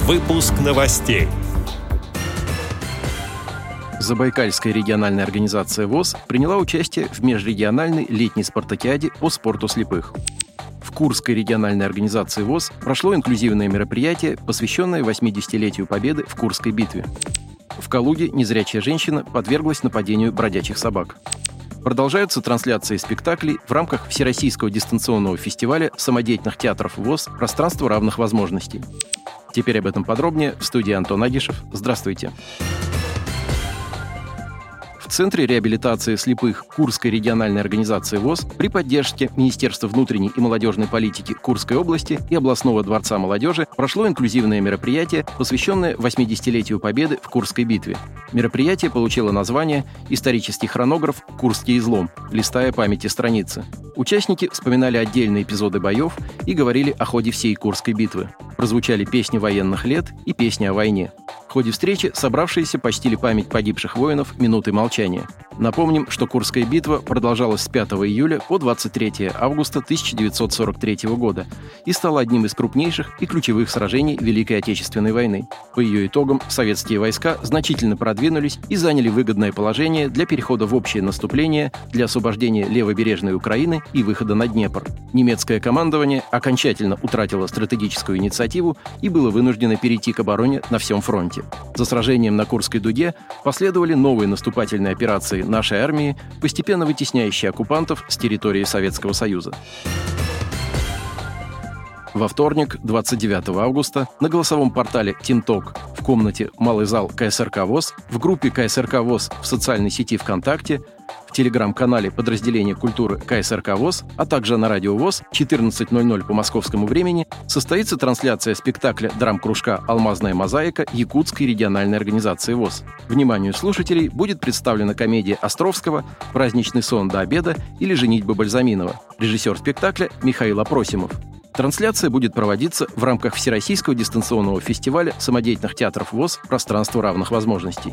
Выпуск новостей. Забайкальская региональная организация ВОС приняла участие в межрегиональной летней спартакиаде по спорту слепых. В Курской региональной организации ВОС прошло инклюзивное мероприятие, посвященное 80-летию Победы в Курской битве. В Калуге незрячая женщина подверглась нападению бродячих собак. Продолжаются трансляции спектаклей в рамках Всероссийского дистанционного фестиваля самодеятельных театров ВОС «Пространство равных возможностей». Теперь об этом подробнее в студии Антон Агишев. Здравствуйте. В Центре реабилитации слепых Курской региональной организации ВОС при поддержке Министерства внутренней и молодежной политики Курской области и областного дворца молодежи прошло инклюзивное мероприятие, посвященное 80-летию Победы в Курской битве. Мероприятие получило название «Исторический хронограф. Курский излом. Листая памяти страницы». Участники вспоминали отдельные эпизоды боев и говорили о ходе всей Курской битвы. Прозвучали песни военных лет и песни о войне. В ходе встречи собравшиеся почтили память погибших воинов минутой молчания. Напомним, что Курская битва продолжалась с 5 июля по 23 августа 1943 года и стала одним из крупнейших и ключевых сражений Великой Отечественной войны. По ее итогам советские войска значительно продвинулись и заняли выгодное положение для перехода в общее наступление, для освобождения левобережной Украины и выхода на Днепр. Немецкое командование окончательно утратило стратегическую инициативу и было вынуждено перейти к обороне на всем фронте. За сражением на Курской дуге последовали новые наступательные операции нашей армии, постепенно вытесняющие оккупантов с территории Советского Союза. Во вторник, 29 августа, на голосовом портале TeamTalk в комнате «Малый зал КСРК ВОС», в группе КСРК ВОС в социальной сети ВКонтакте, в телеграм-канале подразделения культуры КСРК ВОС, а также на радио ВОС 14:00 по московскому времени состоится трансляция спектакля драм-кружка «Алмазная мозаика» Якутской региональной организации ВОС. Вниманию слушателей будет представлена комедия Островского «Праздничный сон до обеда» или «Женитьба Бальзаминова». Режиссер спектакля Михаил Апросимов. Трансляция будет проводиться в рамках Всероссийского дистанционного фестиваля самодеятельных театров ВОС «Пространство равных возможностей».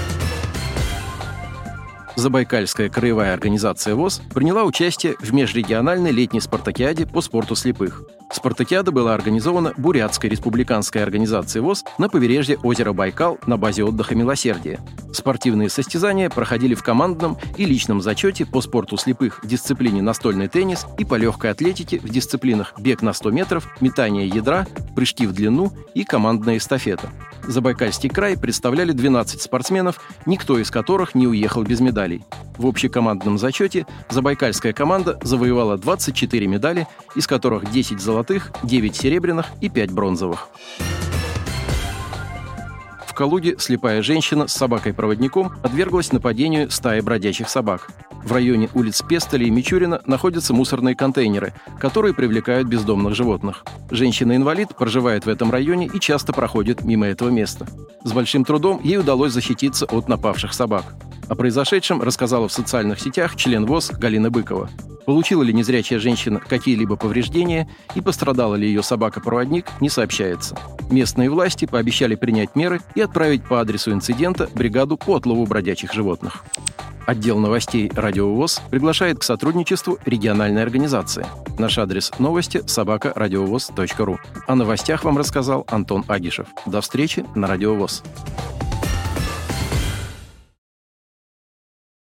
Забайкальская краевая организация ВОС приняла участие в межрегиональной летней спартакиаде по спорту слепых. Спартакиада была организована Бурятской республиканской организацией ВОС на побережье озера Байкал на базе отдыха «Милосердие». Спортивные состязания проходили в командном и личном зачете по спорту слепых в дисциплине настольный теннис и по легкой атлетике в дисциплинах бег на 100 метров, метание ядра, прыжки в длину и командная эстафета. Забайкальский край представляли 12 спортсменов, никто из которых не уехал без медалей. В общекомандном зачете забайкальская команда завоевала 24 медали, из которых 10 золотых, 9 серебряных и 5 бронзовых. В Калуге слепая женщина с собакой-проводником подверглась нападению стаи бродячих собак. В районе улиц Пестеля и Мичурина находятся мусорные контейнеры, которые привлекают бездомных животных. Женщина-инвалид проживает в этом районе и часто проходит мимо этого места. С большим трудом ей удалось защититься от напавших собак. О произошедшем рассказала в социальных сетях член ВОС Галина Быкова. Получила ли незрячая женщина какие-либо повреждения и пострадала ли ее собака-проводник, не сообщается. Местные власти пообещали принять меры и отправить по адресу инцидента бригаду по отлову бродячих животных. Отдел новостей «Радио ВОС» приглашает к сотрудничеству региональной организации. Наш адрес новости – @радиовос.ру. О новостях вам рассказал Антон Агишев. До встречи на Радио ВОС.